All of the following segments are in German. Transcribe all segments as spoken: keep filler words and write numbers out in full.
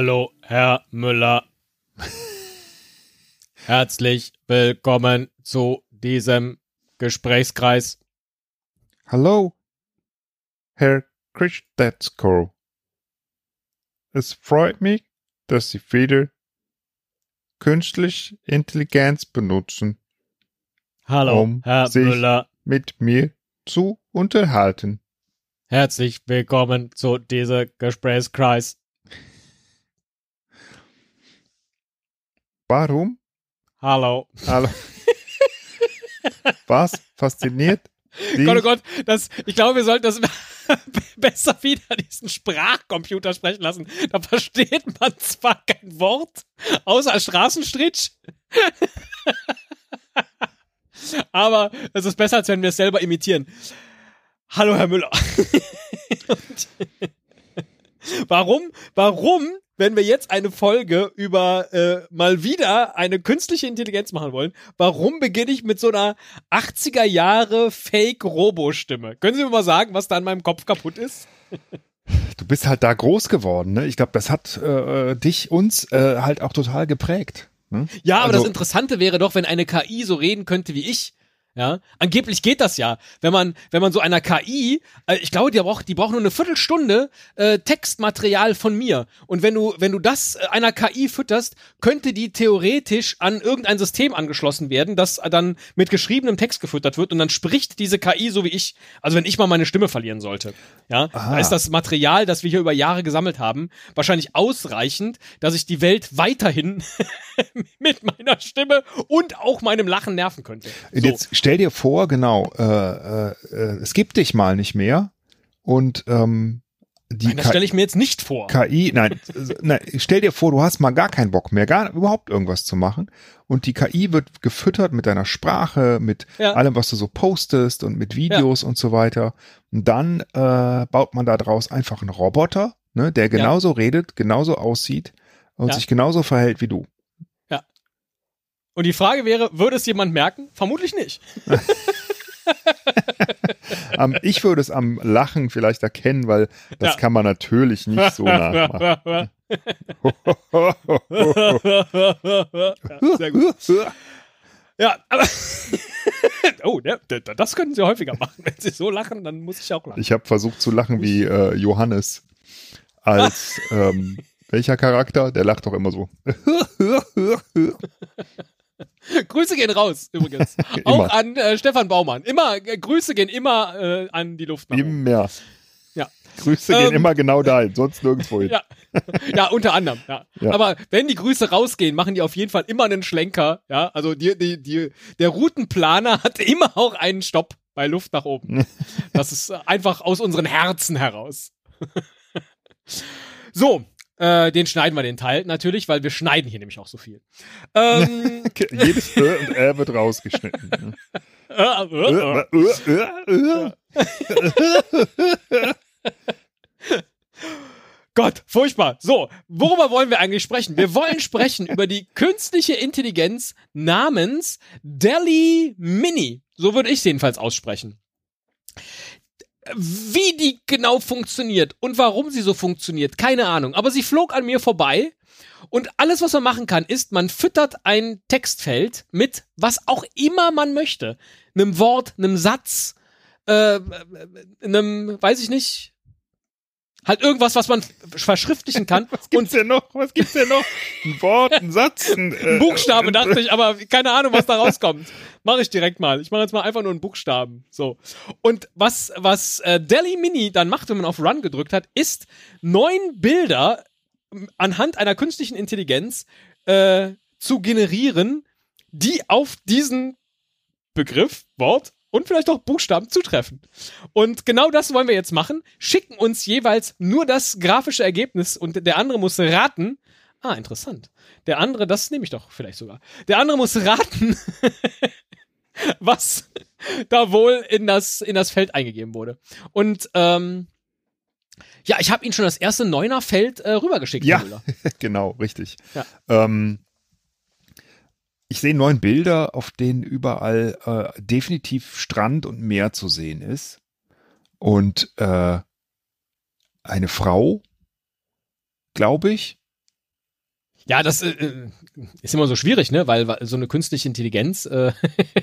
Hallo, Herr Müller. Herzlich willkommen zu diesem Gesprächskreis. Hallo, Herr Krischtetzko. Es freut mich, dass Sie wieder künstliche Intelligenz benutzen, Hallo, um Herr sich Müller. mit mir zu unterhalten. Herzlich willkommen zu diesem Gesprächskreis. Warum? Hallo. Hallo. Was fasziniert Sie? Gott, oh Gott, das, ich glaube, wir sollten das besser wieder diesen Sprachcomputer sprechen lassen. Da versteht man zwar kein Wort, außer Straßenstrich, aber es ist besser, als wenn wir es selber imitieren. Hallo, Herr Müller. Und, warum, warum, wenn wir jetzt eine Folge über äh, mal wieder eine künstliche Intelligenz machen wollen, warum beginne ich mit so einer achtziger Jahre Fake-Robo-Stimme? Können Sie mir mal sagen, was da in meinem Kopf kaputt ist? Du bist halt da groß geworden, ne? Ich glaube, das hat äh, dich, uns äh, halt auch total geprägt. Ne? Ja, aber Also, das Interessante wäre doch, wenn eine K I so reden könnte wie ich. Ja, angeblich geht das ja. Wenn man, wenn man so einer K I, äh, ich glaube, die braucht, die braucht nur eine Viertelstunde äh, Textmaterial von mir. Und wenn du, wenn du das äh, einer K I fütterst, könnte die theoretisch an irgendein System angeschlossen werden, das dann mit geschriebenem Text gefüttert wird und dann spricht diese K I so wie ich. Also wenn ich mal meine Stimme verlieren sollte, ja, Aha. da ist das Material, das wir hier über Jahre gesammelt haben, wahrscheinlich ausreichend, dass ich die Welt weiterhin mit meiner Stimme und auch meinem Lachen nerven könnte. So. Jetzt stell dir vor, genau, äh, äh, äh, es gibt dich mal nicht mehr und ähm, die Nein, das stelle ich mir jetzt nicht vor. K I, nein, nein, stell dir vor, du hast mal gar keinen Bock mehr, gar überhaupt irgendwas zu machen und die K I wird gefüttert mit deiner Sprache, mit Ja. allem, was du so postest und mit Videos und so weiter. Und dann äh, baut man da draus einfach einen Roboter, ne, der genauso redet, genauso aussieht und Ja. sich genauso verhält wie du. Und die Frage wäre, würde es jemand merken? Vermutlich nicht. Am, ich würde es am Lachen vielleicht erkennen, weil das Ja. kann man natürlich nicht so nachmachen. Ja, sehr gut. Ja, aber oh, ne, d- d- das können Sie häufiger machen. Wenn Sie so lachen, dann muss ich auch lachen. Ich habe versucht zu lachen wie äh, Johannes als ähm, welcher Charakter? Der lacht doch immer so. Grüße gehen raus, übrigens. Auch an äh, Stefan Baumann. Immer, äh, Grüße gehen immer äh, an die Luft nach oben. Immer. Ja. Grüße Ähm, gehen immer genau dahin, sonst nirgendwo hin. Ja. Ja, unter anderem, ja. Ja. Aber wenn die Grüße rausgehen, machen die auf jeden Fall immer einen Schlenker, ja. Also die, die, die, der Routenplaner hat immer auch einen Stopp bei Luft nach oben. Das ist einfach aus unseren Herzen heraus. So, äh, den schneiden wir den Teil natürlich, weil wir schneiden hier nämlich auch so viel. Ähm, Jedes Ö und Ä wird rausgeschnitten. äh, äh, äh. Gott, furchtbar. So, worüber wollen wir eigentlich sprechen? Wir wollen sprechen über die künstliche Intelligenz namens DALL-E Mini. So würde ich es jedenfalls aussprechen. Wie die genau funktioniert und warum sie so funktioniert, keine Ahnung. Aber sie flog an mir vorbei und alles, was man machen kann, ist, man füttert ein Textfeld mit was auch immer man möchte. Einem Wort, einem Satz, äh, einem, weiß ich nicht, halt irgendwas, was man verschriftlichen kann. Was gibt's denn noch? Was gibt's denn noch? Ein Wort, ein Satz, ein, äh, Ein Buchstabe, dachte ich, aber keine Ahnung, was da rauskommt. Mache ich direkt mal. Ich mache jetzt mal einfach nur einen Buchstaben. So. Und was, was äh, DALL-E Mini dann macht, wenn man auf Run gedrückt hat, ist neun Bilder anhand einer künstlichen Intelligenz äh, zu generieren, die auf diesen Begriff, Wort und vielleicht auch Buchstaben zutreffen. Und genau das wollen wir jetzt machen. Schicken uns jeweils nur das grafische Ergebnis und der andere muss raten. Ah, interessant. Der andere, das nehme ich doch vielleicht sogar. Der andere muss raten, was da wohl in das, in das Feld eingegeben wurde. Und ähm, ja, ich habe Ihnen schon das erste Neuner-Feld äh, rübergeschickt. Ja, Herr Müller. genau, richtig. Ja. Ähm, ich sehe neun Bilder, auf denen überall äh, definitiv Strand und Meer zu sehen ist. Und äh, eine Frau, glaube ich, Ja, das äh, ist immer so schwierig, ne? Weil, weil so eine künstliche Intelligenz. Äh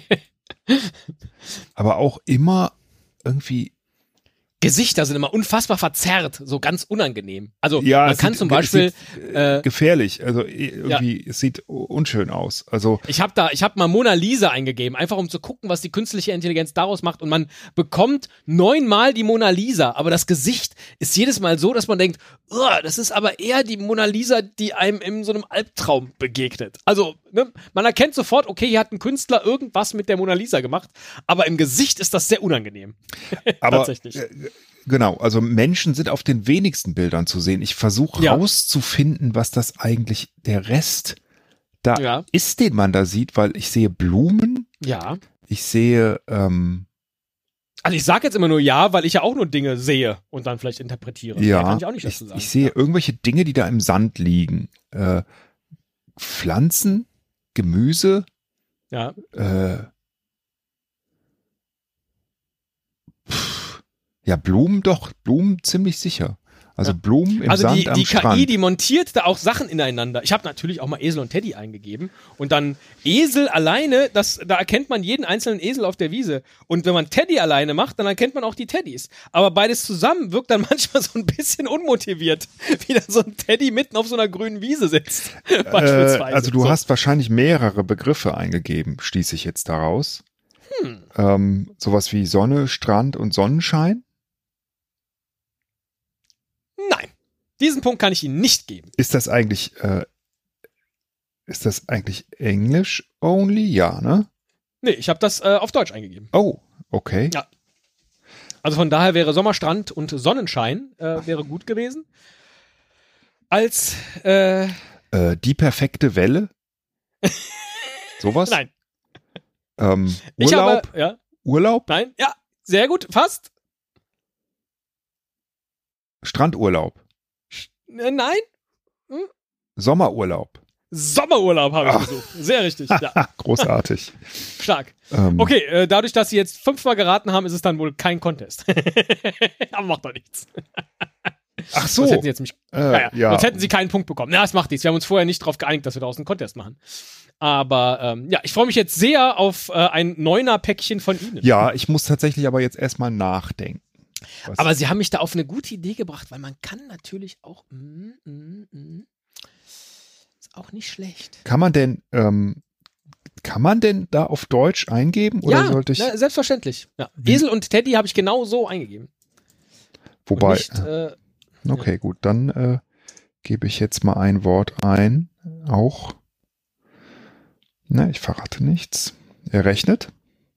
Aber auch immer irgendwie. Gesichter sind immer unfassbar verzerrt, so ganz unangenehm. Also Ja, man kann sieht, zum Beispiel sieht, äh, gefährlich, also irgendwie ja. es sieht unschön aus. Also ich habe da, ich habe mal Mona Lisa eingegeben, einfach um zu gucken, was die künstliche Intelligenz daraus macht, und man bekommt neunmal die Mona Lisa, aber das Gesicht ist jedes Mal so, dass man denkt, das ist aber eher die Mona Lisa, die einem in so einem Albtraum begegnet. Also ne, man erkennt sofort, okay, hier hat ein Künstler irgendwas mit der Mona Lisa gemacht, aber im Gesicht ist das sehr unangenehm. Aber, Tatsächlich. Äh, Genau, also Menschen sind auf den wenigsten Bildern zu sehen. Ich versuche ja. rauszufinden, was das eigentlich der Rest da ja. ist, den man da sieht, weil ich sehe Blumen. Ja. Ich sehe, ähm, also ich sage jetzt immer nur ja, weil ich ja auch nur Dinge sehe und dann vielleicht interpretiere. Ja, kann ich auch nicht dazu sagen. Ich, ich sehe ja. irgendwelche Dinge, die da im Sand liegen. Äh, Pflanzen, Gemüse, ja. äh, Ja, Blumen doch, Blumen ziemlich sicher. Also ja. Blumen im also Sand die, am die Strand. K I, die montiert da auch Sachen ineinander. Ich habe natürlich auch mal Esel und Teddy eingegeben und dann Esel alleine, das, da erkennt man jeden einzelnen Esel auf der Wiese. Und wenn man Teddy alleine macht, dann erkennt man auch die Teddys. Aber beides zusammen wirkt dann manchmal so ein bisschen unmotiviert, wie da so ein Teddy mitten auf so einer grünen Wiese sitzt. Beispielsweise. Äh, also du so. hast wahrscheinlich mehrere Begriffe eingegeben, schließe ich jetzt daraus. Hm. Ähm, sowas wie Sonne, Strand und Sonnenschein. Nein, diesen Punkt kann ich Ihnen nicht geben. Ist das eigentlich, äh, ist das eigentlich Englisch only? Ja, ne? Nee, ich habe das äh, auf Deutsch eingegeben. Oh, okay. Ja. Also von daher wäre Sommerstrand und Sonnenschein äh, wäre gut gewesen. Als äh, äh, die perfekte Welle? Sowas? Nein. Ähm, Urlaub? Ich habe, ja. Urlaub? Nein, ja, sehr gut, fast. Strandurlaub. Äh, nein. Hm? Sommerurlaub. Sommerurlaub habe ich Ach. gesucht. Sehr richtig. Ja. Großartig. Stark. Ähm. Okay, äh, dadurch, dass Sie jetzt fünfmal geraten haben, ist es dann wohl kein Contest. Aber macht doch nichts. Ach so. Sonst hätten Sie, jetzt mich, äh, ja, ja. ja. Sonst hätten Sie keinen Punkt bekommen. Na, es macht nichts. Wir haben uns vorher nicht darauf geeinigt, dass wir daraus einen Contest machen. Aber ähm, ja, ich freue mich jetzt sehr auf äh, ein Neuner-Päckchen von Ihnen. Ja, ich muss tatsächlich aber jetzt erstmal nachdenken. Was? Aber Sie haben mich da auf eine gute Idee gebracht, weil man kann natürlich auch mm, mm, mm, ist auch nicht schlecht. Kann man denn ähm, kann man denn da auf Deutsch eingeben? Oder ja, sollte ich na, selbstverständlich. Ja. Esel und Teddy habe ich genau so eingegeben. Wobei, nicht, äh, okay, ja. gut, dann äh, gebe ich jetzt mal ein Wort ein, auch. Ne, ich verrate nichts. Er rechnet.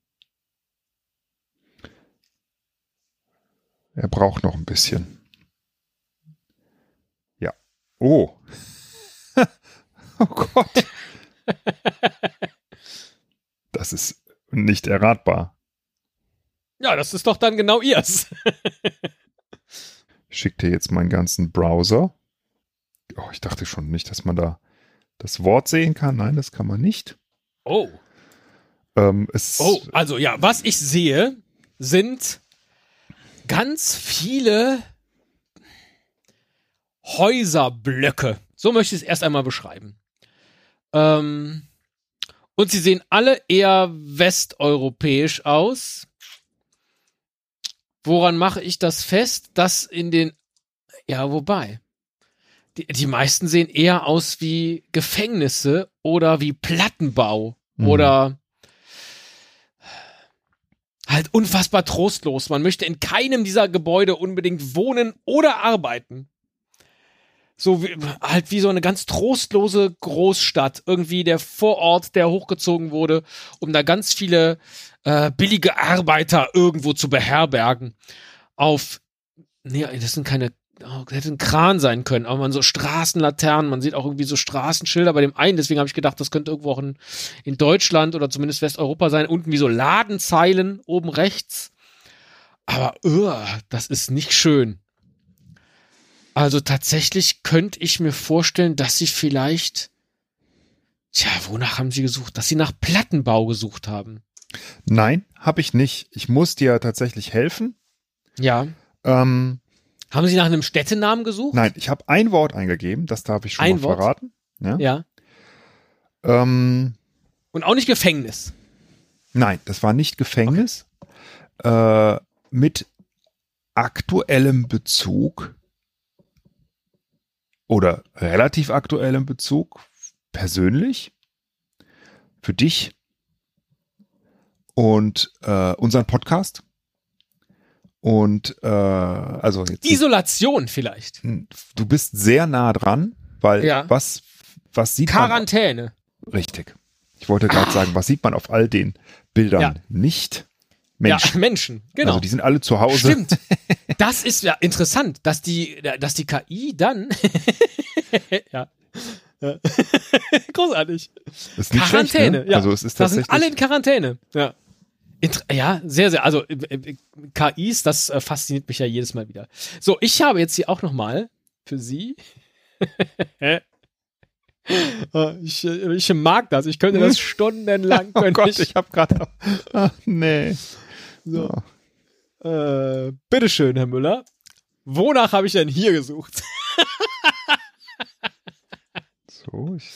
Er braucht noch ein bisschen. Ja. Oh. Oh Gott. Das ist nicht erratbar. Ja, das ist doch dann genau ihrs. Ich schicke dir jetzt meinen ganzen Browser. Oh, ich dachte schon nicht, dass man da das Wort sehen kann. Nein, das kann man nicht. Oh. Ähm, es oh, also ja, was ich sehe, sind ganz viele Häuserblöcke. So möchte ich es erst einmal beschreiben. Ähm, und sie sehen alle eher westeuropäisch aus. Woran mache ich das fest? Dass in den, ja, wobei, die, die meisten sehen eher aus wie Gefängnisse oder wie Plattenbau mhm. oder halt unfassbar trostlos. Man möchte in keinem dieser Gebäude unbedingt wohnen oder arbeiten. So wie, halt wie so eine ganz trostlose Großstadt. Irgendwie der Vorort, der hochgezogen wurde, um da ganz viele äh, billige Arbeiter irgendwo zu beherbergen. Auf, nee, das sind keine, oh, das hätte ein Kran sein können, aber man so Straßenlaternen, man sieht auch irgendwie so Straßenschilder bei dem einen, deswegen habe ich gedacht, das könnte irgendwo auch in, in Deutschland oder zumindest Westeuropa sein. Unten wie so Ladenzeilen oben rechts. Aber, uh, das ist nicht schön. Also tatsächlich könnte ich mir vorstellen, dass sie vielleicht, tja, wonach haben sie gesucht? Dass sie nach Plattenbau gesucht haben. Nein, habe ich nicht. Ich muss dir tatsächlich helfen. Ja. Ähm, haben sie nach einem Städtenamen gesucht? Nein, ich habe ein Wort eingegeben, das darf ich schon ein mal Wort? verraten. Ja. Ja. Ähm, Und auch nicht Gefängnis. nein, das war nicht Gefängnis. Okay. Äh, mit aktuellem Bezug oder relativ aktuellem Bezug persönlich für dich und äh, unseren Podcast. Und äh, also jetzt Isolation vielleicht. Du bist sehr nah dran, weil Ja. was was sieht Quarantäne. man? Richtig. Ich wollte gerade ah. sagen, was sieht man auf all den Bildern Ja. nicht? Menschen. Ja, Menschen, genau. Also die sind alle zu Hause. Stimmt. Das ist ja interessant, dass die, dass die K I dann ja. ja. Großartig. Ist nicht Quarantäne, schlecht, ne? ja. Also es ist Da tatsächlich. sind alle in Quarantäne. Ja. Inter- ja, sehr, sehr. Also äh, äh, K Is, das äh, fasziniert mich ja jedes Mal wieder. So, ich habe jetzt hier auch noch mal für Sie. ich, ich mag das. Ich könnte das stundenlang. Oh Gott, ich, ich habe gerade. Ach nee. So. Äh, bitteschön, Herr Müller. Wonach habe ich denn hier gesucht? So. Ich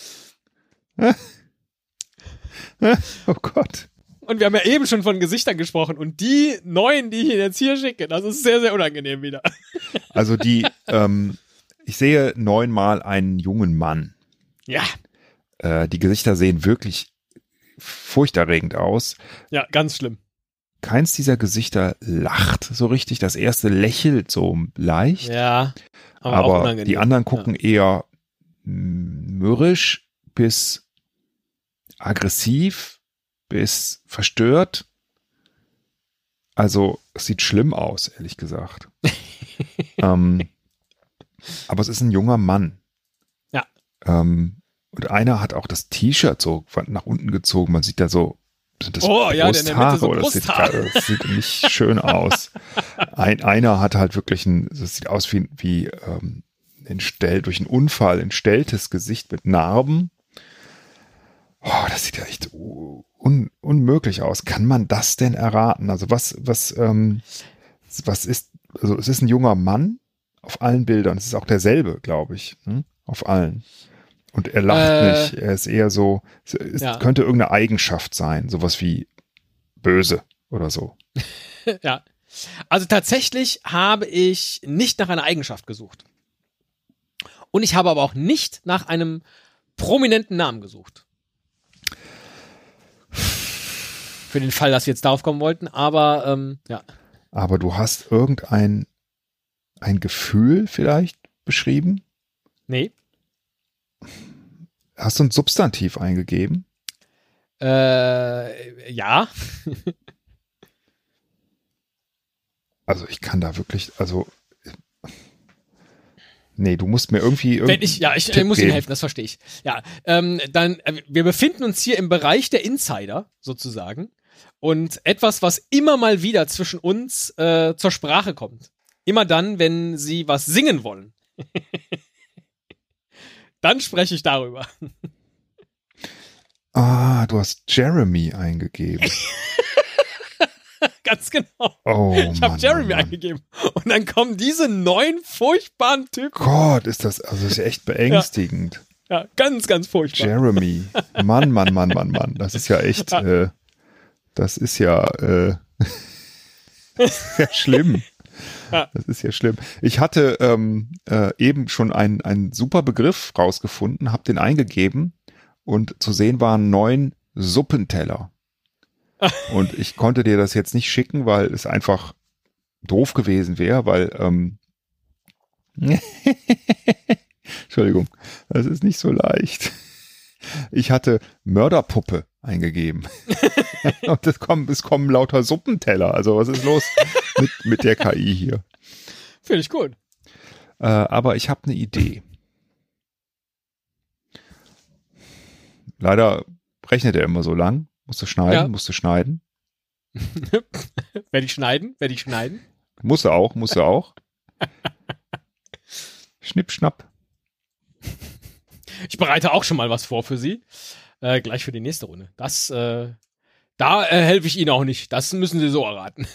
oh Gott. Und wir haben ja eben schon von Gesichtern gesprochen. Und die neuen, die ich Ihnen jetzt hier schicke, das ist sehr, sehr unangenehm wieder. Also die, ähm, ich sehe neunmal einen jungen Mann. Ja. Äh, die Gesichter sehen wirklich furchterregend aus. Ja, ganz schlimm. Keins dieser Gesichter lacht so richtig. Das erste lächelt so leicht. Ja, aber, aber auch unangenehm. Die anderen gucken ja. eher mürrisch bis aggressiv bis verstört. Also es sieht schlimm aus, ehrlich gesagt. ähm, aber es ist ein junger Mann. Ja. Ähm, und einer hat auch das T-Shirt so nach unten gezogen. Man sieht da so, sind das oh, ja, Brusthaare so oder das sieht, das sieht nicht schön aus. Ein, einer hat halt wirklich ein, das sieht aus wie, wie ähm, entstellt, durch einen Unfall entstelltes Gesicht mit Narben. Oh, das sieht ja echt un, unmöglich aus. Kann man das denn erraten? Also was, was, ähm, was ist, also es ist ein junger Mann auf allen Bildern. Es ist auch derselbe, glaube ich, ne? Auf allen. Und er lacht äh, nicht. Er ist eher so, es ja. könnte irgendeine Eigenschaft sein. Sowas wie böse oder so. Ja. Also tatsächlich habe ich nicht nach einer Eigenschaft gesucht. Und ich habe aber auch nicht nach einem prominenten Namen gesucht. Für den Fall, dass Sie jetzt darauf kommen wollten, aber ähm, ja. Aber du hast irgendein ein Gefühl vielleicht beschrieben? Nee. Hast du ein Substantiv eingegeben? Äh, ja. Also ich kann da wirklich, also nee, du musst mir irgendwie Wenn ich, ja, ich Tipp muss geben. Ihnen helfen, das verstehe ich. Ja, ähm, dann, äh, wir befinden uns hier im Bereich der Insider, sozusagen. Und etwas, was immer mal wieder zwischen uns äh, zur Sprache kommt. Immer dann, wenn Sie was singen wollen. Dann spreche ich darüber. Ah, du hast Jeremy eingegeben. Ganz genau. Oh, ich habe Jeremy Mann, Mann. eingegeben. Und dann kommen diese neun furchtbaren Typen. Gott, ist das, also das ist echt beängstigend. Ja, ja, ganz, ganz furchtbar. Jeremy. Mann, Mann, Mann, Mann, Mann. Das ist ja echt, Ja. Äh, das ist ja, äh, ja schlimm. Ja. Das ist ja schlimm. Ich hatte ähm, äh, eben schon einen, einen super Begriff rausgefunden, habe den eingegeben und zu sehen waren neun Suppenteller. Und ich konnte dir das jetzt nicht schicken, weil es einfach doof gewesen wäre, weil ähm, Entschuldigung, das ist nicht so leicht. Ich hatte Mörderpuppe eingegeben. Und es kommen, es kommen lauter Suppenteller. Also was ist los mit, mit der K I hier? Finde ich gut. Äh, aber ich habe eine Idee. Leider rechnet er immer so lang. Musst du schneiden, Ja. musst du schneiden. Werde ich schneiden? Werde ich schneiden? Musst du auch, musst du auch. Schnipp, schnapp. Ich bereite auch schon mal was vor für Sie. Äh, gleich für die nächste Runde. Das, äh, da äh, helfe ich Ihnen auch nicht. Das müssen Sie so erraten.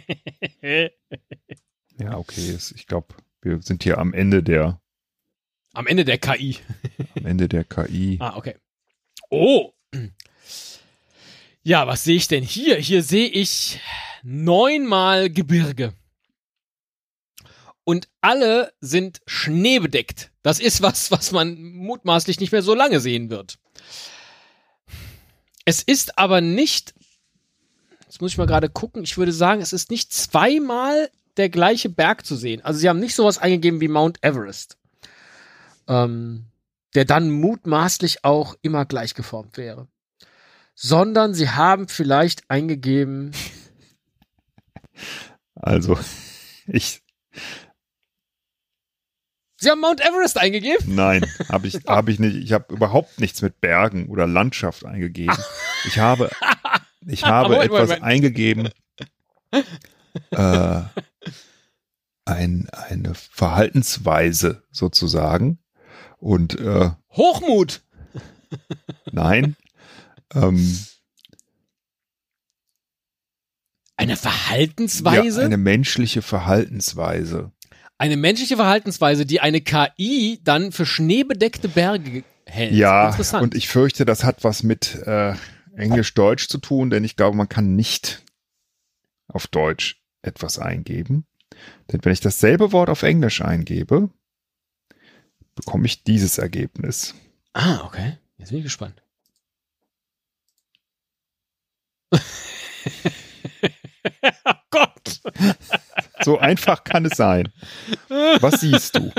Ja, okay. Ich glaube, wir sind hier am Ende der Am Ende der K I. Am Ende der K I. Ah, okay. Oh. Ja, was sehe ich denn hier? Hier sehe ich neunmal Gebirge. Und alle sind schneebedeckt. Das ist was, was man mutmaßlich nicht mehr so lange sehen wird. Es ist aber nicht, jetzt muss ich mal gerade gucken, ich würde sagen, es ist nicht zweimal der gleiche Berg zu sehen. Also sie haben nicht sowas eingegeben wie Mount Everest, ähm, der dann mutmaßlich auch immer gleich geformt wäre. Sondern sie haben vielleicht eingegeben. Also, ich. Sie haben Mount Everest eingegeben? Nein, habe ich, hab ich nicht. Ich habe überhaupt nichts mit Bergen oder Landschaft eingegeben. Ich habe, ich habe Moment, etwas Moment. eingegeben. Äh, ein, eine Verhaltensweise sozusagen. Und äh, Hochmut! nein. Ähm, Eine Verhaltensweise? ja, eine menschliche Verhaltensweise. Eine menschliche Verhaltensweise, die eine K I dann für schneebedeckte Berge hält. Ja, Interessant. und ich fürchte, das hat was mit äh, Englisch-Deutsch zu tun, denn ich glaube, man kann nicht auf Deutsch etwas eingeben. Denn wenn ich dasselbe Wort auf Englisch eingebe, bekomme ich dieses Ergebnis. Ah, okay. Jetzt bin ich gespannt. Oh Gott. So einfach kann es sein. Was siehst du?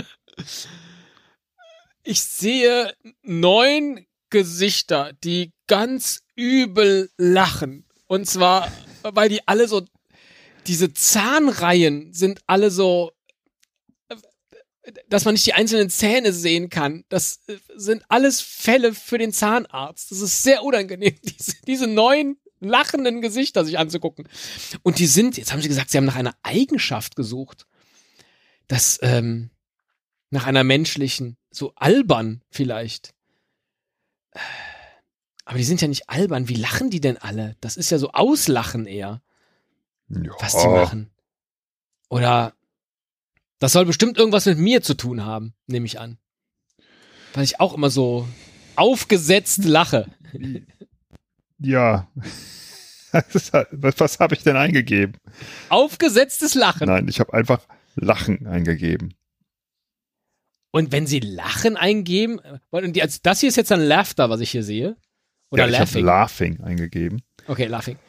Ich sehe neun Gesichter, die ganz übel lachen. Und zwar, weil die alle so, diese Zahnreihen sind alle so, dass man nicht die einzelnen Zähne sehen kann. Das sind alles Fälle für den Zahnarzt. Das ist sehr unangenehm, diese, diese neun lachenden Gesichter sich anzugucken. Und die sind, jetzt haben sie gesagt, sie haben nach einer Eigenschaft gesucht. Das, ähm, nach einer menschlichen, so albern vielleicht. Aber die sind ja nicht albern. Wie lachen die denn alle? Das ist ja so Auslachen eher, Ja. was die machen. Oder das soll bestimmt irgendwas mit mir zu tun haben, nehme ich an. Weil ich auch immer so aufgesetzt lache. Ja. Was, was habe ich denn eingegeben? Aufgesetztes Lachen. Nein, ich habe einfach Lachen eingegeben. Und wenn sie Lachen eingeben, und die, also das hier ist jetzt dann Laughter, was ich hier sehe. Oder ja, ich Laughing. habe Laughing eingegeben. Okay, Laughing.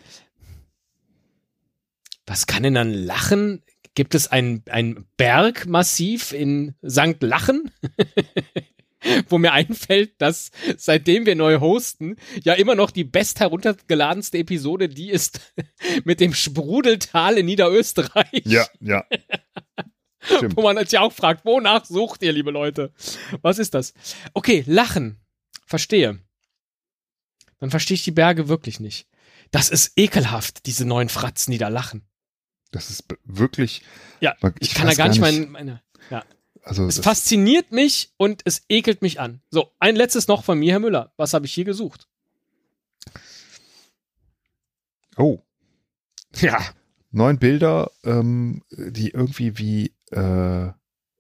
Was kann denn dann Lachen? Gibt es ein, ein Bergmassiv in Sankt Lachen? Wo mir einfällt, dass seitdem wir neu hosten, ja immer noch die best heruntergeladenste Episode die ist mit dem Sprudeltal in Niederösterreich. Ja, ja. Stimmt. Wo man sich ja auch fragt, wonach sucht ihr, liebe Leute? Was ist das? Okay, Lachen. Verstehe. Dann verstehe ich die Berge wirklich nicht. Das ist ekelhaft, diese neuen Fratzen, die da lachen. Das ist wirklich. Ja, ich, ich kann da weiß gar nicht meine. meine ja. Also es fasziniert mich und es ekelt mich an. So, ein letztes noch von mir, Herr Müller. Was habe ich hier gesucht? Oh. Ja. Neun Bilder, ähm, die irgendwie wie äh,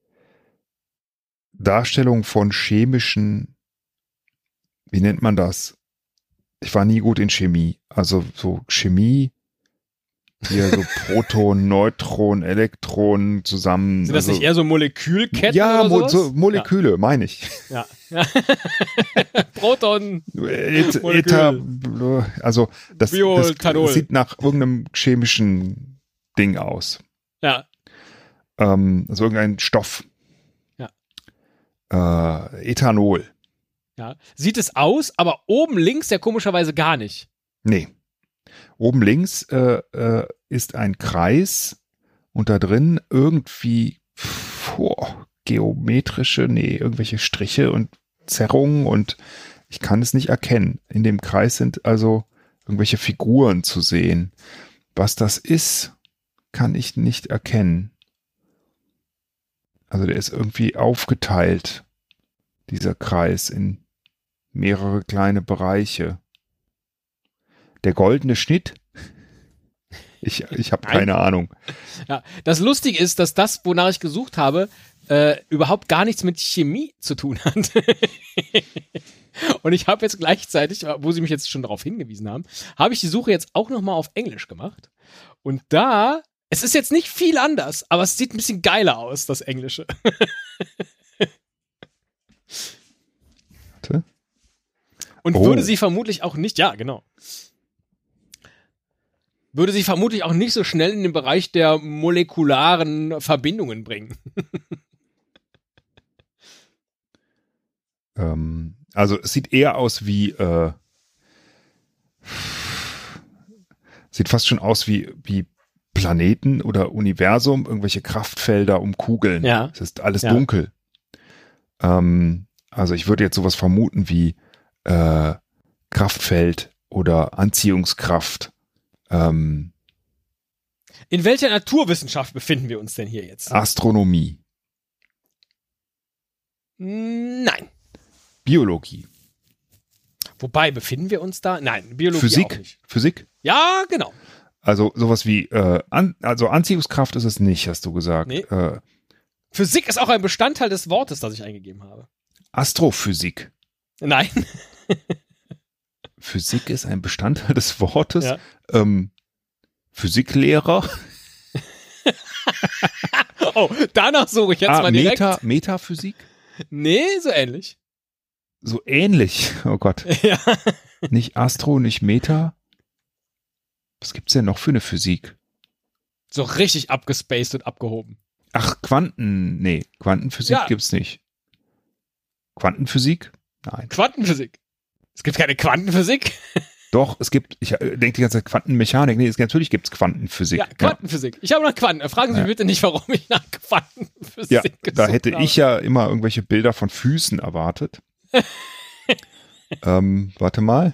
Darstellung von chemischen, wie nennt man das? Ich war nie gut in Chemie. Also so Chemie, hier so Proton, Neutron, Elektronen zusammen. Sind das also, nicht eher so Molekülketten ja, oder Mo sowas? so Moleküle, ja. meine ich. Ja. ja. Proton, Et, Molekül. Eta, also das, Biol, das sieht nach irgendeinem chemischen Ding aus. Ja. Ähm, also irgendein Stoff. Ja. Äh, Ethanol. Ja. Sieht es aus, aber oben links ja komischerweise gar nicht. Nee. Oben links äh, äh, ist ein Kreis und da drin irgendwie boah, geometrische, nee, irgendwelche Striche und Zerrungen und ich kann es nicht erkennen. In dem Kreis sind also irgendwelche Figuren zu sehen. Was das ist, kann ich nicht erkennen. Also der ist irgendwie aufgeteilt, dieser Kreis, in mehrere kleine Bereiche. Der goldene Schnitt Ich, ich habe keine Ahnung. Ja, das Lustige ist, dass das, wonach ich gesucht habe, äh, überhaupt gar nichts mit Chemie zu tun hat. Und ich habe jetzt gleichzeitig, wo sie mich jetzt schon darauf hingewiesen haben, habe ich die Suche jetzt auch nochmal auf Englisch gemacht. Und da, es ist jetzt nicht viel anders, aber es sieht ein bisschen geiler aus, das Englische. Warte. Und Oh. würde sie vermutlich auch nicht, ja, genau. Würde sie vermutlich auch nicht so schnell in den Bereich der molekularen Verbindungen bringen. Ähm, also es sieht eher aus wie, äh, sieht fast schon aus wie, wie Planeten oder Universum, irgendwelche Kraftfelder um Kugeln. Ja. Es ist alles Ja. dunkel. Ähm, also ich würde jetzt sowas vermuten wie äh, Kraftfeld oder Anziehungskraft. Ähm, In welcher Naturwissenschaft befinden wir uns denn hier jetzt? Astronomie, Nein. Biologie, Wobei, befinden wir uns da? Nein, Biologie auch Physik, nicht. Physik. Ja, genau. Also sowas wie, äh, an, also Anziehungskraft ist es nicht, hast du gesagt. Nee. Äh, Physik ist auch ein Bestandteil des Wortes, das ich eingegeben habe. Astrophysik. Nein. Physik ist ein Bestandteil des Wortes. Ja. Ähm, Physiklehrer. Oh, danach suche ich jetzt ah, mal direkt. Meta, Metaphysik. Nee, so ähnlich. So ähnlich. Oh Gott. Ja. Nicht Astro, nicht Meta. Was gibt's denn noch für eine Physik? So richtig abgespaced und abgehoben. Ach, Quanten. Nee, Quantenphysik Ja. gibt's nicht. Quantenphysik? Nein. Quantenphysik. Es gibt keine Quantenphysik. Doch, es gibt, ich äh, denke die ganze Zeit Quantenmechanik. Nee, es, natürlich gibt's Quantenphysik. Ja, Quantenphysik. Ich habe nach Quanten. Fragen Sie Ja. bitte nicht, warum ich nach Quantenphysik Ja, gesucht da hätte habe. ich ja immer irgendwelche Bilder von Füßen erwartet. ähm, warte mal.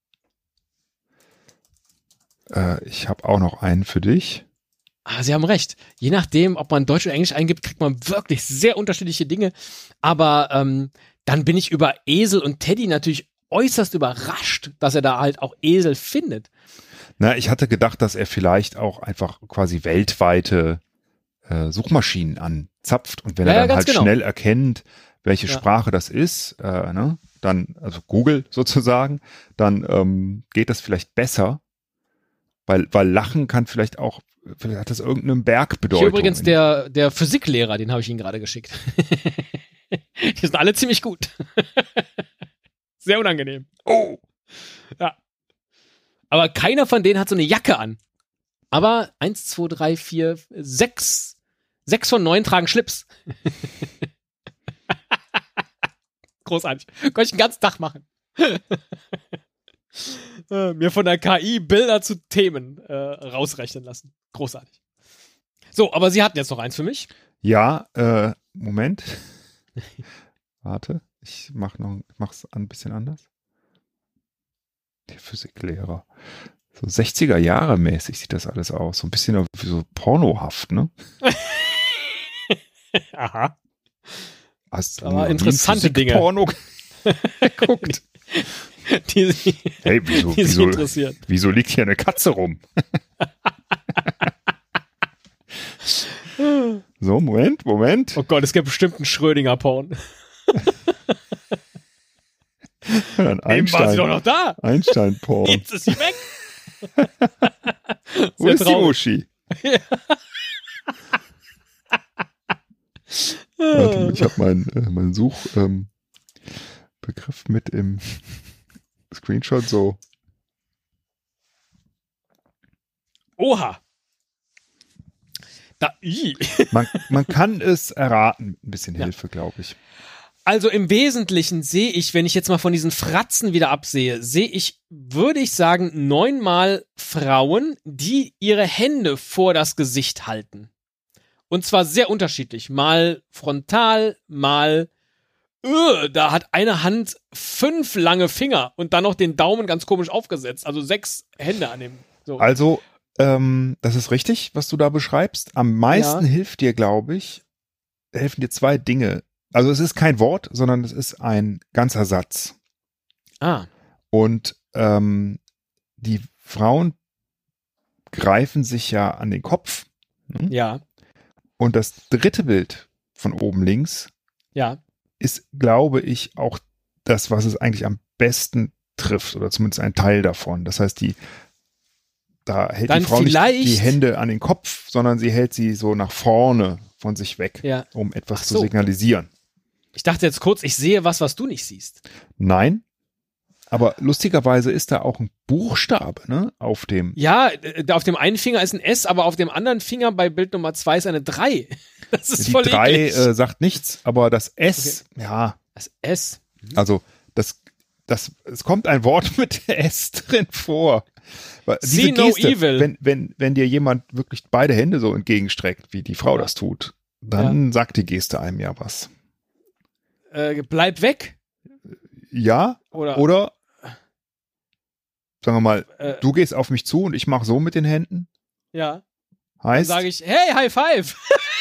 Äh, ich habe auch noch einen für dich. Ah, Sie haben recht. Je nachdem, ob man Deutsch oder Englisch eingibt, kriegt man wirklich sehr unterschiedliche Dinge. Aber ähm, dann bin ich über Esel und Teddy natürlich äußerst überrascht, dass er da halt auch Esel findet. Na, ich hatte gedacht, dass er vielleicht auch einfach quasi weltweite äh, Suchmaschinen anzapft und wenn Ja, er ja, dann ganz halt genau. schnell erkennt, welche Ja. Sprache das ist, äh, ne, dann, also Google sozusagen, dann ähm, geht das vielleicht besser, weil, weil Lachen kann vielleicht auch, vielleicht hat das irgendeinen Berg Hier Bedeutung. übrigens der, der Physiklehrer, den habe ich Ihnen gerade geschickt. Die sind alle ziemlich gut. Sehr unangenehm. Oh! Ja. Aber keiner von denen hat so eine Jacke an. Aber eins, zwei, drei, vier, sechs, sechs von neun tragen Schlips. Großartig. Könnte ich den ganzen Tag machen. äh, mir von der K I Bilder zu Themen äh, rausrechnen lassen. Großartig. So, aber Sie hatten jetzt noch eins für mich. Ja, äh, Moment. Warte, ich mach noch, ich mach's ein bisschen anders. Der Physiklehrer. So sechziger Jahre mäßig sieht das alles aus. So ein bisschen wie so pornohaft, ne? Aha. Hast du Aber noch nie interessante ein Dinge. Porno geguckt? Die, die, Hey, wieso, die Sie wieso, interessieren. wieso liegt hier eine Katze rum? So, Moment, Moment. Oh Gott, es gibt bestimmt einen Schrödinger-Porn. Ein Eben war sie doch Einstein, noch da. Einstein-Porn. Jetzt ist sie weg. Wo Sehr ist die traurig. Muschi? Warte mal, ich habe meinen äh, mein Suchbegriff ähm, Begriff mit im Screenshot so. Oha. Da, i. Man, man kann es erraten mit ein bisschen Ja. Hilfe, glaube ich. Also im Wesentlichen sehe ich, wenn ich jetzt mal von diesen Fratzen wieder absehe, sehe ich, würde ich sagen, neunmal Frauen, die ihre Hände vor das Gesicht halten. Und zwar sehr unterschiedlich. Mal frontal, mal öh, da hat eine Hand fünf lange Finger und dann noch den Daumen ganz komisch aufgesetzt. Also sechs Hände an dem. So. Also, ähm, das ist richtig, was du da beschreibst. Am meisten Ja. hilft dir, glaube ich, helfen dir zwei Dinge. Also es ist kein Wort, sondern es ist ein ganzer Satz. Ah, Und ähm, die Frauen greifen sich ja an den Kopf. Ne? Ja, Und das dritte Bild von oben links ja. ist, glaube ich, auch das, was es eigentlich am besten trifft oder zumindest ein Teil davon. Das heißt, die da hält Dann die Frau nicht vielleicht- die Hände an den Kopf, sondern sie hält sie so nach vorne von sich weg, Ja. um etwas Ach zu so. signalisieren. Ich dachte jetzt kurz, ich sehe was, was du nicht siehst. Nein, aber lustigerweise ist da auch ein Buchstabe, ne, auf dem. Ja, äh, auf dem einen Finger ist ein S, aber auf dem anderen Finger bei Bild Nummer zwei ist eine drei. Das ist Die voll drei eklig. äh, sagt nichts, aber das S, ja, Das S. also das, das, es kommt ein Wort mit S drin vor. Weil See diese no Geste, evil. Wenn, wenn, wenn dir jemand wirklich beide Hände so entgegenstreckt, wie die Frau Ja. das tut, dann sagt die Geste einem ja was. Äh, bleib weg. Ja, Oder, oder sagen wir mal, äh, du gehst auf mich zu und ich mache so mit den Händen. ja. Dann Heißt, sage ich, hey, High Five.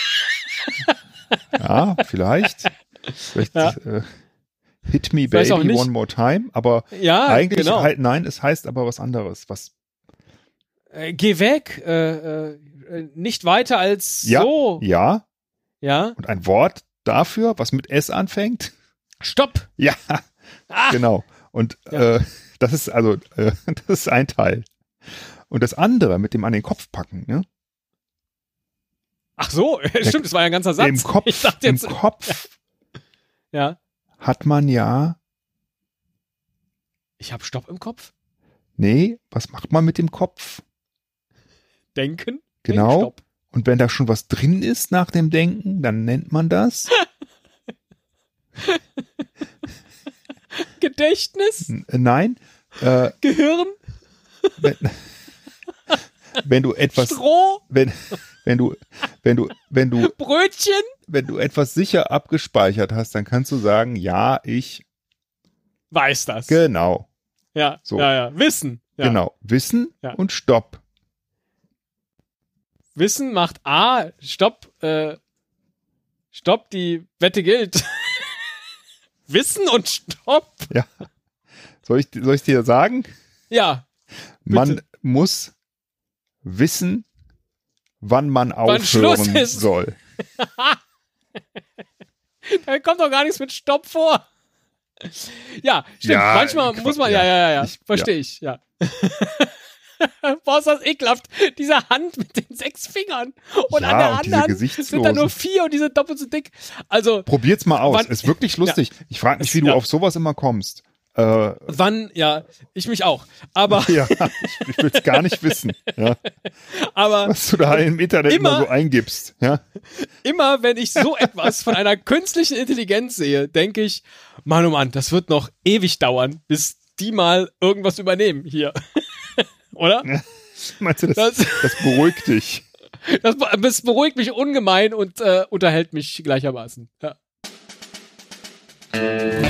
ja, vielleicht. vielleicht Ja. äh, hit me Vielleicht auch baby nicht. one more time, aber Ja, eigentlich genau. halt, nein, es heißt aber was anderes. Was, Äh, geh weg. Äh, äh, nicht weiter als ja, so. ja, Ja. und ein Wort dafür, was mit S anfängt. Stopp. Ja, Ah. genau. Und Ja. äh, das ist also, äh, das ist ein Teil. Und das andere mit dem an den Kopf packen, ne? Ach so, stimmt, das war ja ein ganzer Satz. Im Kopf, Ich dachte im jetzt, Kopf ja. hat man ja, Ich habe Stopp im Kopf. nee, was macht man mit dem Kopf? Denken. Genau. Nee, Stopp. Und wenn da schon was drin ist nach dem Denken, dann nennt man das Gedächtnis. N- äh, nein, äh, Gehirn. wenn, wenn du etwas, Stroh. wenn, wenn du, wenn du, wenn du, Brötchen. wenn du etwas sicher abgespeichert hast, dann kannst du sagen, ja, ich, Weiß das. genau, ja, So. ja, ja. Wissen. Ja. genau, Wissen Ja. und Stopp. Wissen macht A. Stopp. Äh, Stopp, die Wette gilt. Wissen und Stopp. Ja. Soll ich, soll ich dir sagen? Ja. Man muss wissen, wann man Wann Schluss aufhören ist. soll. Da kommt doch gar nichts mit Stopp vor. Ja, stimmt. Ja, Manchmal Quatsch, muss man, ja. ja, ja, ja, ja. Ich- Verstehe ich, ja. Boah, ist das ekelhaft. Diese Hand mit den sechs Fingern. Und Ja, an der und diese anderen sind da gesichtslosen. nur vier und die sind doppelt so dick. Also, Probiert's mal aus. Wann- Ist wirklich lustig. Ich frage mich, wie Ja. du auf sowas immer kommst. Äh, wann, ja, ich mich auch. Aber, ja, ich, ich will's gar nicht wissen, ja, aber was du da im Internet immer, Immer- so eingibst. Ja. immer, wenn ich so etwas von einer künstlichen Intelligenz sehe, denke ich, Mann, oh Mann, das wird noch ewig dauern, bis die mal irgendwas übernehmen hier. Oder? Meinst du, das, Das- das beruhigt dich? Das, be- das beruhigt mich ungemein und äh, unterhält mich gleichermaßen. Ja.